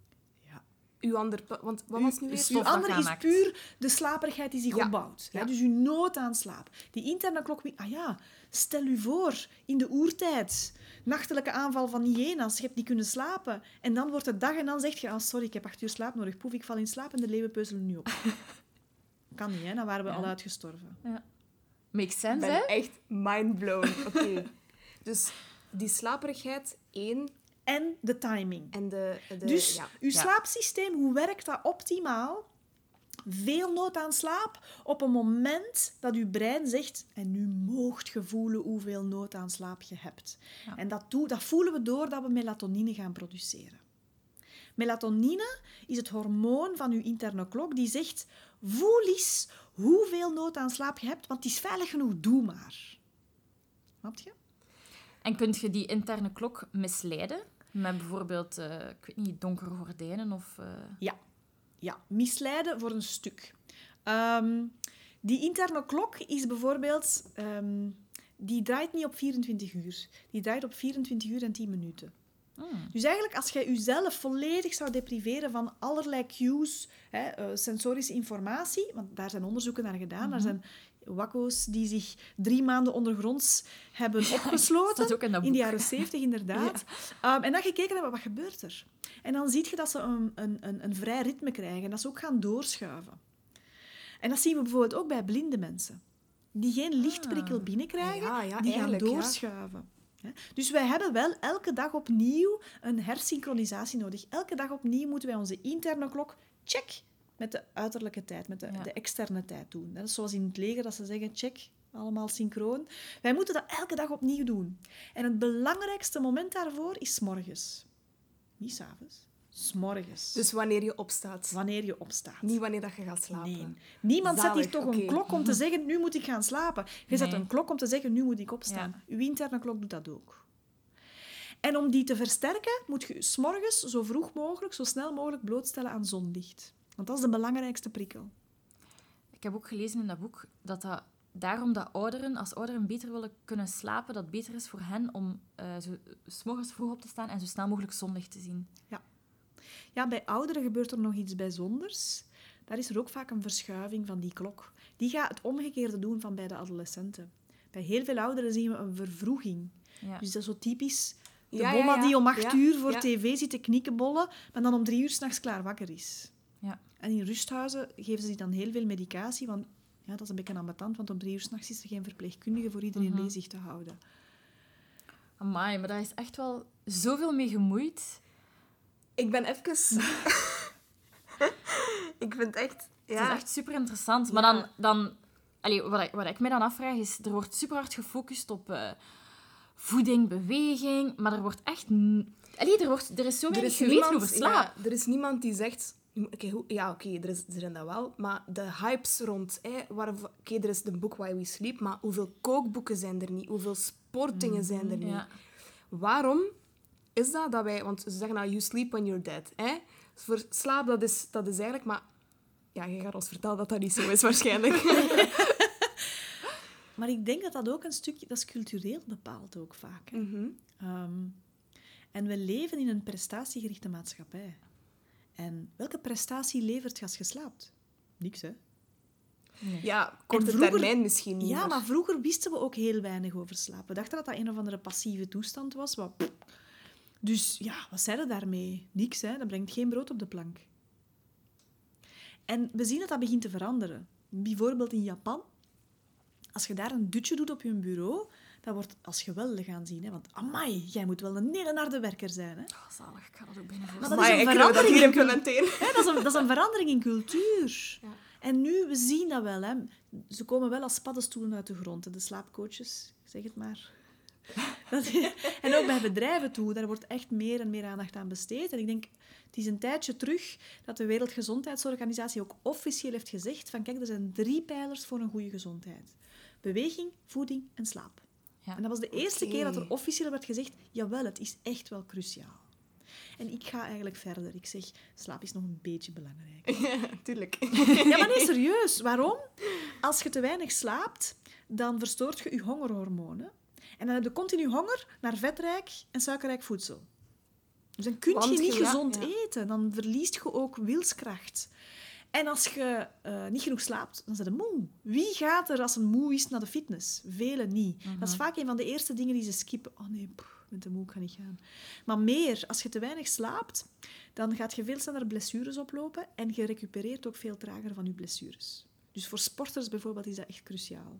uw ander... Want wat was nu weer? Uw ander is puur de slaperigheid die zich opbouwt. Ja. Dus uw nood aan slaap. Die interne klok... stel u voor, in de oertijd, nachtelijke aanval van hyena's, je hebt niet kunnen slapen. En dan wordt het dag en dan zeg je, sorry, ik heb 8 uur slaap nodig. Poef, ik val in slaap en de leeuwen peuzelen nu op. Kan niet, hè? Dan waren we al uitgestorven. Ja. Makes sense, Ik hè? ben echt mindblown. Oké. Dus die slaperigheid, 1... En de timing. En Dus uw slaapsysteem, hoe werkt dat optimaal? Veel nood aan slaap op een moment dat uw brein zegt en nu moogt je voelen hoeveel nood aan slaap je hebt. Ja. En dat voelen we doordat we melatonine gaan produceren. Melatonine is het hormoon van uw interne klok die zegt, voel eens hoeveel nood aan slaap je hebt, want het is veilig genoeg, doe maar. Snap je? En kun je die interne klok misleiden? Met bijvoorbeeld, ik weet niet, donkere gordijnen of... Ja, misleiden voor een stuk. Die interne klok is bijvoorbeeld... die draait niet op 24 uur. Die draait op 24 uur en 10 minuten. Dus eigenlijk, als jij jezelf volledig zou depriveren van allerlei cues, sensorische informatie, want daar zijn onderzoeken naar gedaan, daar zijn wakko's die zich 3 maanden ondergronds hebben opgesloten. Dat ook in dat boek. In de jaren 70, inderdaad. En dan gekeken hebben, wat gebeurt er? En dan zie je dat ze een vrij ritme krijgen en dat ze ook gaan doorschuiven. En dat zien we bijvoorbeeld ook bij blinde mensen. Die geen lichtprikkel binnenkrijgen, die gaan doorschuiven. Ja. Dus wij hebben wel elke dag opnieuw een hersynchronisatie nodig. Elke dag opnieuw moeten wij onze interne klok, check, met de uiterlijke tijd, met de externe tijd doen. Dat is zoals in het leger dat ze zeggen, check, allemaal synchroon. Wij moeten dat elke dag opnieuw doen. En het belangrijkste moment daarvoor is 's morgens. Niet 's avonds. 's morgens. Dus wanneer je opstaat. Wanneer je opstaat. Niet wanneer dat je gaat slapen. Nee. Niemand zet Zalig, hier toch oké. een klok om te zeggen, nu moet ik gaan slapen. Je zet Nee. een klok om te zeggen, nu moet ik opstaan. Ja. Uw interne klok doet dat ook. En om die te versterken, moet je 's morgens zo vroeg mogelijk, zo snel mogelijk blootstellen aan zonlicht. Want dat is de belangrijkste prikkel. Ik heb ook gelezen in dat boek dat daarom dat als ouderen beter willen kunnen slapen, dat het beter is voor hen om 's morgens vroeg op te staan en zo snel mogelijk zonlicht te zien. Ja, bij ouderen gebeurt er nog iets bijzonders. Daar is er ook vaak een verschuiving van die klok. Die gaat het omgekeerde doen van bij de adolescenten. Bij heel veel ouderen zien we een vervroeging. Ja. Dus dat is zo typisch. De Ja, bomma ja. die om 8 Ja, uur voor ja. tv zit te knikkenbollen, maar dan om 3 uur 's nachts klaar wakker is. Ja. En in rusthuizen geven ze die dan heel veel medicatie, want ja, dat is een beetje ambetant, want om 3 uur 's nachts is er geen verpleegkundige voor iedereen bezig te houden. Amai, maar daar is echt wel zoveel mee gemoeid. Ik ben even... Ik vind echt... Het Ja. is echt super interessant. Ja. Maar dan wat ik mij dan afvraag is, er wordt super hard gefocust op voeding, beweging, maar er wordt echt... er is zo weinig geweten over slaap. Ja, er is niemand die zegt... er zijn dat wel. Maar de hypes rond... er is de boek Why We Sleep, maar hoeveel kookboeken zijn er niet? Hoeveel sportdingen zijn er niet? Ja. Waarom is dat wij... Want ze zeggen nou, you sleep when you're dead. Voor slaap, dat is eigenlijk... Maar ja, je gaat ons vertellen dat dat niet zo is, waarschijnlijk. Maar ik denk dat dat ook een stukje... Dat is cultureel bepaald ook vaak. Hè. En we leven in een prestatiegerichte maatschappij. En welke prestatie levert je als je slaapt? Niks, hè? Ja, korte vroeger- termijn misschien niet. Ja, maar vroeger wisten we ook heel weinig over slaap. We dachten dat dat een of andere passieve toestand was. Dus ja, wat zei je daarmee? Niks, hè? Dat brengt geen brood op de plank. En we zien dat dat begint te veranderen. Bijvoorbeeld in Japan. Als je daar een dutje doet op je bureau, dat wordt als geweldig aanzien. Hè? Want amai, jij moet wel een hele harde werker zijn. Hè? Oh, zalig, ik ga dat ook bijna Maar voorstellen. dat is een ik wil dat verandering hier in implementeren. Hè, dat is een verandering in cultuur. Ja. En nu, we zien dat wel. Hè. Ze komen wel als paddenstoelen uit de grond, hè, de slaapcoaches. Ik zeg het maar. En ook bij bedrijven toe, daar wordt echt meer en meer aandacht aan besteed. En ik denk, het is een tijdje terug dat de Wereldgezondheidsorganisatie ook officieel heeft gezegd van kijk, er zijn 3 pijlers voor een goede gezondheid. Beweging, voeding en slaap. Ja. En dat was de eerste Oké. keer dat er officieel werd gezegd, jawel, het is echt wel cruciaal. En ik ga eigenlijk verder. Ik zeg, slaap is nog een beetje belangrijk. Tuurlijk. Ja, maar nee, serieus. Waarom? Als je te weinig slaapt, dan verstoort je je hongerhormonen. En dan heb je continu honger naar vetrijk en suikerrijk voedsel. Dus dan kun je Want niet je- gezond ja. eten. Dan verliest je ook wilskracht. En als je niet genoeg slaapt, dan ben je moe. Wie gaat er als een moe is naar de fitness? Velen niet. Dat is vaak een van de eerste dingen die ze skippen. Oh nee, ik ben te moe, ik ga niet gaan. Maar meer, als je te weinig slaapt, dan gaat je veel sneller blessures oplopen en je recupereert ook veel trager van je blessures. Dus voor sporters bijvoorbeeld is dat echt cruciaal.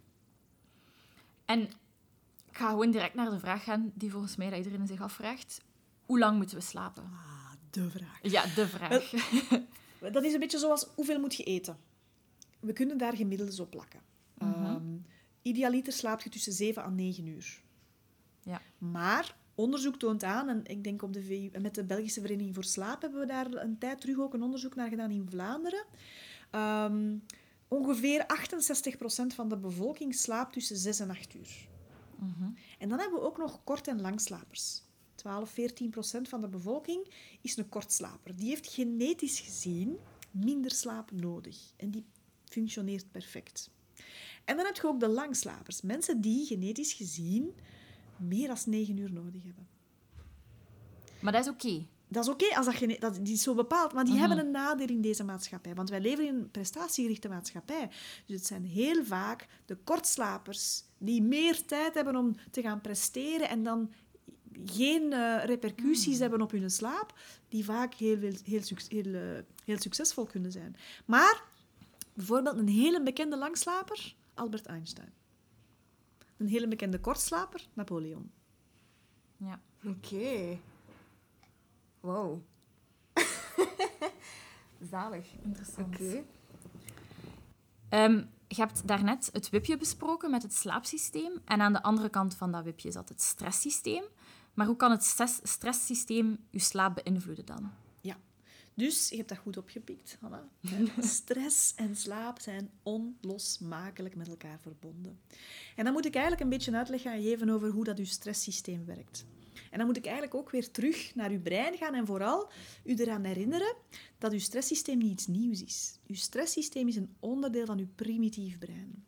En ik ga gewoon direct naar de vraag gaan die volgens mij dat iedereen zich afvraagt. Hoe lang moeten we slapen? Ah, de vraag. Ja, de vraag. Dat is een beetje zoals, hoeveel moet je eten? We kunnen daar gemiddeldes op plakken. Idealiter slaap je tussen 7 en 9 uur. Ja. Maar onderzoek toont aan, en ik denk op de VU, met de Belgische Vereniging voor Slaap hebben we daar een tijd terug ook een onderzoek naar gedaan in Vlaanderen. Ongeveer 68% van de bevolking slaapt tussen 6 en 8 uur. En dan hebben we ook nog kort- en langslapers. 12-14% van de bevolking is een kortslaper. Die heeft genetisch gezien minder slaap nodig. En die functioneert perfect. En dan heb je ook de langslapers. Mensen die genetisch gezien meer dan 9 uur nodig hebben. Maar dat is oké. Dat is oké, als dat die is zo bepaald. Maar die hebben een nadeel in deze maatschappij. Want wij leven in een prestatiegerichte maatschappij. Dus het zijn heel vaak de kortslapers die meer tijd hebben om te gaan presteren en dan geen repercussies hebben op hun slaap, die vaak heel succesvol kunnen zijn. Maar bijvoorbeeld een hele bekende langslaper, Albert Einstein. Een hele bekende kortslaper, Napoleon. Ja. Oké. Wow. Zalig. Interessant. Oké. Je hebt daarnet het wipje besproken met het slaapsysteem en aan de andere kant van dat wipje zat het stresssysteem. Maar hoe kan het stresssysteem je slaap beïnvloeden dan? Ja, dus je hebt dat goed opgepikt, Hanna. Stress en slaap zijn onlosmakelijk met elkaar verbonden. En dan moet ik eigenlijk een beetje uitleg gaan geven over hoe dat je stresssysteem werkt. En dan moet ik eigenlijk ook weer terug naar uw brein gaan en vooral u eraan herinneren dat uw stresssysteem niet iets nieuws is. Uw stresssysteem is een onderdeel van uw primitief brein.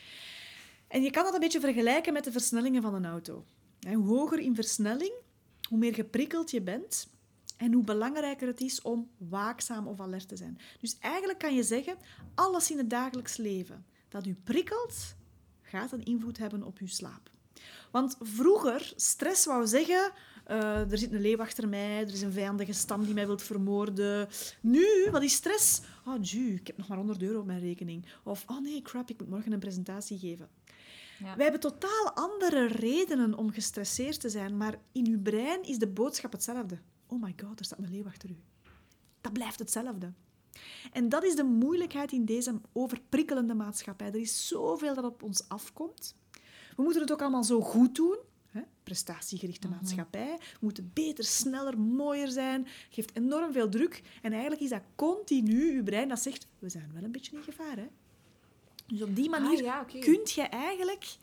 En je kan dat een beetje vergelijken met de versnellingen van een auto. Hoe hoger in versnelling, hoe meer geprikkeld je bent en hoe belangrijker het is om waakzaam of alert te zijn. Dus eigenlijk kan je zeggen, alles in het dagelijks leven dat u prikkelt, gaat een invloed hebben op uw slaap. Want vroeger, stress wou zeggen, er zit een leeuw achter mij, er is een vijandige stam die mij wil vermoorden. Nu, wat is stress? Oh, ik heb nog maar €100 op mijn rekening. Of, oh nee, crap, ik moet morgen een presentatie geven. Ja. Wij hebben totaal andere redenen om gestresseerd te zijn, maar in uw brein is de boodschap hetzelfde. Oh my god, er staat een leeuw achter u. Dat blijft hetzelfde. En dat is de moeilijkheid in deze overprikkelende maatschappij. Er is zoveel dat op ons afkomt. We moeten het ook allemaal zo goed doen. Prestatiegerichte maatschappij. We moeten beter, sneller, mooier zijn. Geeft enorm veel druk. En eigenlijk is dat continu uw brein dat zegt, we zijn wel een beetje in gevaar. Hè? Dus op die manier kunt je eigenlijk...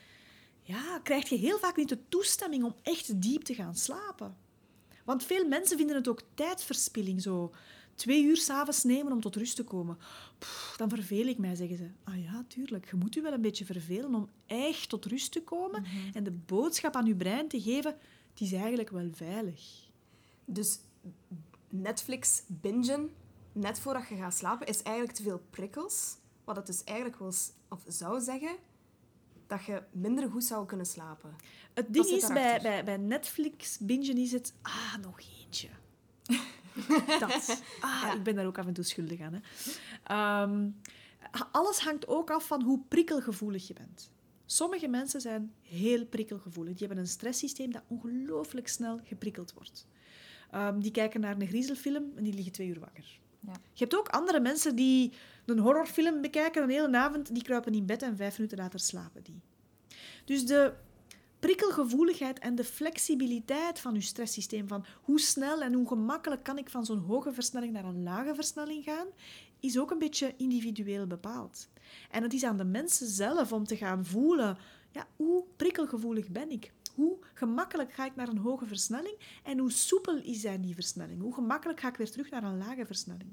Ja, krijg je heel vaak niet de toestemming om echt diep te gaan slapen. Want veel mensen vinden het ook tijdverspilling, zo 2 uur 's avonds nemen om tot rust te komen. Dan verveel ik mij, zeggen ze. Ah ja, tuurlijk, je moet je wel een beetje vervelen om echt tot rust te komen en de boodschap aan je brein te geven, het is eigenlijk wel veilig. Dus Netflix bingen, net voordat je gaat slapen, is eigenlijk te veel prikkels. Wat het dus eigenlijk wil, of zou zeggen, dat je minder goed zou kunnen slapen. Het ding is, bij Netflix bingen is het... nog eentje. Dat. Ik ben daar ook af en toe schuldig aan. Hè. Alles hangt ook af van hoe prikkelgevoelig je bent. Sommige mensen zijn heel prikkelgevoelig. Die hebben een stresssysteem dat ongelooflijk snel geprikkeld wordt. Die kijken naar een griezelfilm en die liggen 2 uur wakker. Ja. Je hebt ook andere mensen die een horrorfilm bekijken een hele avond, die kruipen in bed en 5 minuten later slapen die. Dus de prikkelgevoeligheid en de flexibiliteit van je stresssysteem, van hoe snel en hoe gemakkelijk kan ik van zo'n hoge versnelling naar een lage versnelling gaan, is ook een beetje individueel bepaald. En het is aan de mensen zelf om te gaan voelen, hoe prikkelgevoelig ben ik? Hoe gemakkelijk ga ik naar een hoge versnelling en hoe soepel is die versnelling? Hoe gemakkelijk ga ik weer terug naar een lage versnelling?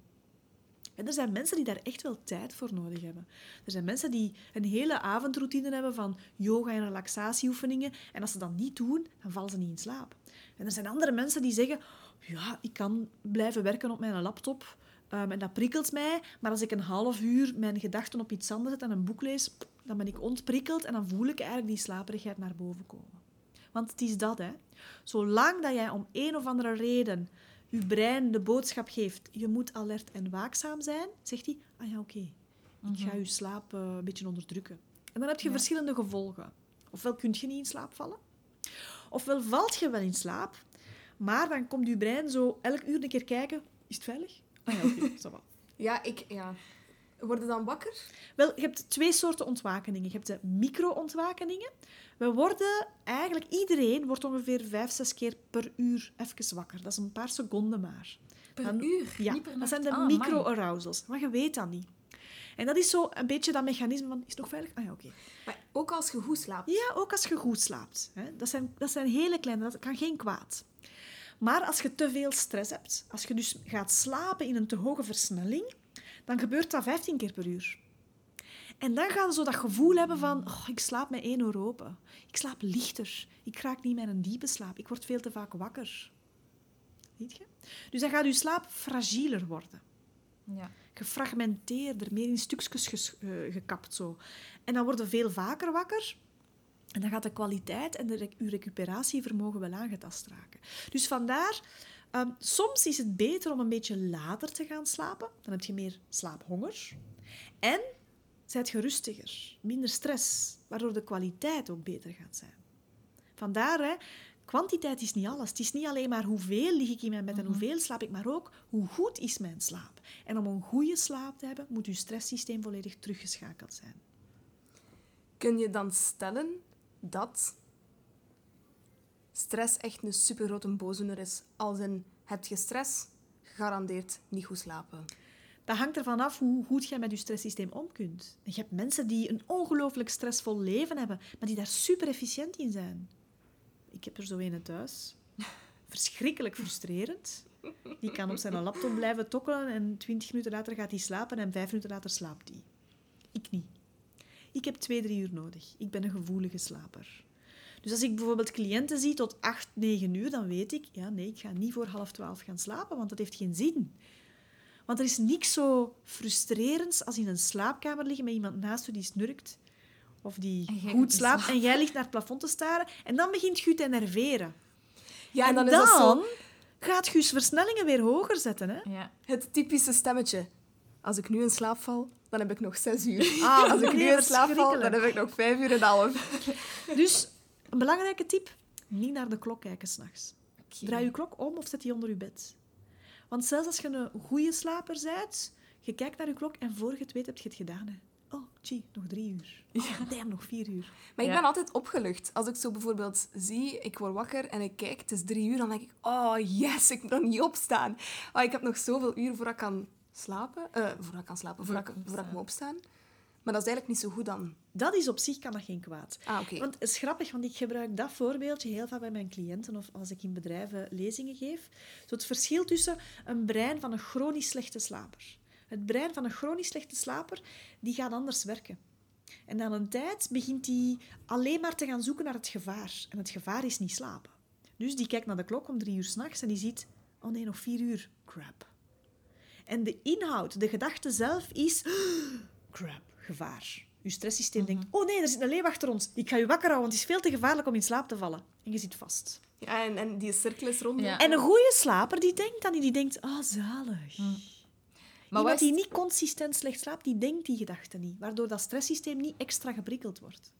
En er zijn mensen die daar echt wel tijd voor nodig hebben. Er zijn mensen die een hele avondroutine hebben van yoga en relaxatieoefeningen. En als ze dat niet doen, dan vallen ze niet in slaap. En er zijn andere mensen die zeggen, ik kan blijven werken op mijn laptop en dat prikkelt mij. Maar als ik een half uur mijn gedachten op iets anders zet en een boek lees, dan ben ik ontprikkeld en dan voel ik eigenlijk die slaperigheid naar boven komen. Want het is dat, hè. Zolang dat jij om een of andere reden je brein de boodschap geeft, je moet alert en waakzaam zijn, zegt hij, ik ga je slaap een beetje onderdrukken. En dan heb je verschillende gevolgen. Ofwel kun je niet in slaap vallen, ofwel valt je wel in slaap, maar dan komt je brein zo elk uur een keer kijken, is het veilig? Ça va. Word je dan wakker? Wel, je hebt 2 soorten ontwakeningen. Je hebt de micro-ontwakeningen. Iedereen wordt ongeveer 5-6 keer per uur even wakker. Dat is een paar seconden maar. Per uur? Ja, niet per nacht. Dat zijn de micro-arousals. Maar je weet dat niet. En dat is zo een beetje dat mechanisme van, is het nog veilig? Maar ook als je goed slaapt? Ja, ook als je goed slaapt. Dat zijn hele kleine, dat kan geen kwaad. Maar als je te veel stress hebt, als je dus gaat slapen in een te hoge versnelling, dan gebeurt dat 15 keer per uur. En dan ga je zo dat gevoel hebben van, ik slaap met 1 oor open. Ik slaap lichter. Ik raak niet meer in een diepe slaap. Ik word veel te vaak wakker. Weet je? Dus dan gaat je slaap fragieler worden. Ja. Gefragmenteerder, meer in stukjes gekapt. Zo. En dan word je veel vaker wakker. En dan gaat de kwaliteit en je recuperatievermogen wel aangetast raken. Dus vandaar, soms is het beter om een beetje later te gaan slapen. Dan heb je meer slaaphonger. En zijt je rustiger, minder stress, waardoor de kwaliteit ook beter gaat zijn. Vandaar, kwantiteit is niet alles. Het is niet alleen maar hoeveel lig ik in mijn bed en hoeveel slaap ik, maar ook hoe goed is mijn slaap. En om een goede slaap te hebben, moet je stresssysteem volledig teruggeschakeld zijn. Kun je dan stellen dat stress echt een supergrote boosdoener is? Als in, heb je stress, gegarandeerd niet goed slapen. Dat hangt ervan af hoe goed jij met je stresssysteem om kunt. En je hebt mensen die een ongelooflijk stressvol leven hebben, maar die daar super efficiënt in zijn. Ik heb er zo een thuis. Verschrikkelijk frustrerend. Die kan op zijn laptop blijven tokkelen en 20 minuten later gaat hij slapen en 5 minuten later slaapt hij. Ik niet. Ik heb 2-3 uur nodig. Ik ben een gevoelige slaper. Dus als ik bijvoorbeeld cliënten zie tot 8, 9 uur, dan weet ik, ik ga niet voor 11:30 gaan slapen, want dat heeft geen zin. Want er is niks zo frustrerends als in een slaapkamer liggen met iemand naast je die snurkt of die goed slaapt en jij ligt naar het plafond te staren en dan begint je te enerveren. Ja, en dan is dat zo gaat je versnellingen weer hoger zetten. Hè? Ja. het typische stemmetje. Als ik nu in slaap val, dan heb ik nog 6 uur. Ah, Als ik nu in slaap val, verschrikkelijk. dan heb ik nog 5 uur en half. Dus een belangrijke tip, niet naar de klok kijken 's nachts. Okay. Draai je klok om of zet die onder je bed. Want zelfs als je een goede slaper bent, je kijkt naar je klok en voor je het weet heb je het gedaan. Hè. Oh, nog 3 uur. Oh, damn, nog 4 uur. Maar ik Ja. ben altijd opgelucht. Als ik zo bijvoorbeeld zie, ik word wakker en ik kijk, het is 3 uur, dan denk ik, oh yes, ik moet nog niet opstaan. Oh, ik heb nog zoveel uur voordat ik kan slapen. Voordat ik moet opstaan. Maar dat is eigenlijk niet zo goed dan. Dat is op zich kan dat geen kwaad. Ah, oké. Want het is grappig, want ik gebruik dat voorbeeldje heel vaak bij mijn cliënten of als ik in bedrijven lezingen geef. Zo het verschil tussen een brein van een chronisch slechte slaper. Het brein van een chronisch slechte slaper, die gaat anders werken. En na een tijd begint die alleen maar te gaan zoeken naar het gevaar. En het gevaar is niet slapen. Dus die kijkt naar de klok om 3 uur 's nachts en die ziet, oh nee, nog 4 uur. Crap. En de inhoud, de gedachte zelf is, crap, gevaar. Je stresssysteem denkt, oh nee, er zit een leeuw achter ons. Ik ga je wakker houden, want het is veel te gevaarlijk om in slaap te vallen. En je zit vast. Ja, en die cirkel is rond. Ja. En een goede slaper, die denkt dan niet. Die denkt, zalig. Maar Iemand wat die is... niet consistent slecht slaapt, die denkt die gedachten niet. Waardoor dat stresssysteem niet extra geprikkeld wordt.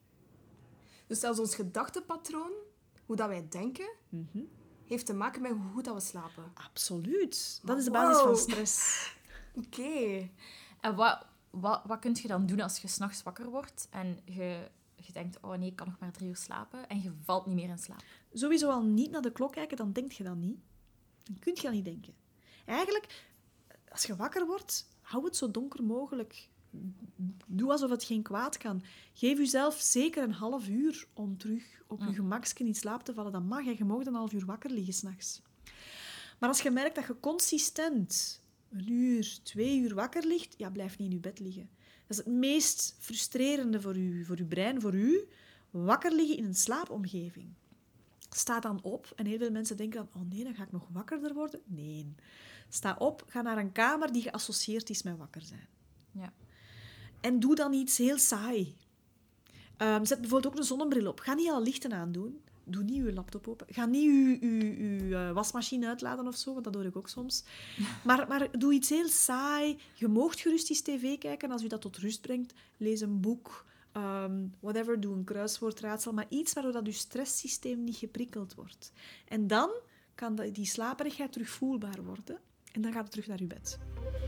Dus zelfs ons gedachtepatroon, hoe dat wij denken, heeft te maken met hoe goed dat we slapen. Absoluut. Dat is de Wow. basis van stress. Oké. En wat kun je dan doen als je 's nachts wakker wordt en je denkt, oh nee, ik kan nog maar 3 uur slapen en je valt niet meer in slaap? Sowieso al niet naar de klok kijken, dan denk je dat niet. Dan kun je dat niet denken. Eigenlijk, als je wakker wordt, hou het zo donker mogelijk. Doe alsof het geen kwaad kan. Geef jezelf zeker een half uur om terug op je gemakje in slaap te vallen. Dat mag. Je mag een half uur wakker liggen 's nachts. Maar als je merkt dat je consistent 1 uur, 2 uur wakker ligt, blijf niet in je bed liggen. Dat is het meest frustrerende voor je brein, voor u. Wakker liggen in een slaapomgeving. Sta dan op en heel veel mensen denken dan, oh nee, dan ga ik nog wakkerder worden. Nee. Sta op, ga naar een kamer die geassocieerd is met wakker zijn. Ja. En doe dan iets heel saai. Zet bijvoorbeeld ook een zonnebril op. Ga niet alle lichten aandoen. Doe niet je laptop open. Ga niet je wasmachine uitladen of zo, want dat doe ik ook soms. Maar doe iets heel saai. Je moogt gerust eens tv kijken als u dat tot rust brengt. Lees een boek. Whatever, doe een kruiswoordraadsel. Maar iets waardoor dat je stresssysteem niet geprikkeld wordt. En dan kan die slaperigheid terug voelbaar worden. En dan gaat het terug naar je bed.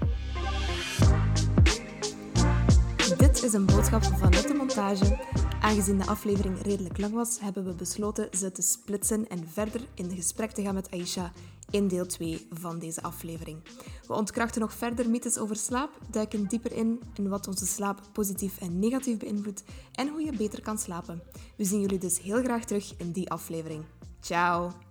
Dit is een boodschap vanuit de montage. Aangezien de aflevering redelijk lang was, hebben we besloten ze te splitsen en verder in gesprek te gaan met Aisha in deel 2 van deze aflevering. We ontkrachten nog verder mythes over slaap, duiken dieper in wat onze slaap positief en negatief beïnvloedt en hoe je beter kan slapen. We zien jullie dus heel graag terug in die aflevering. Ciao!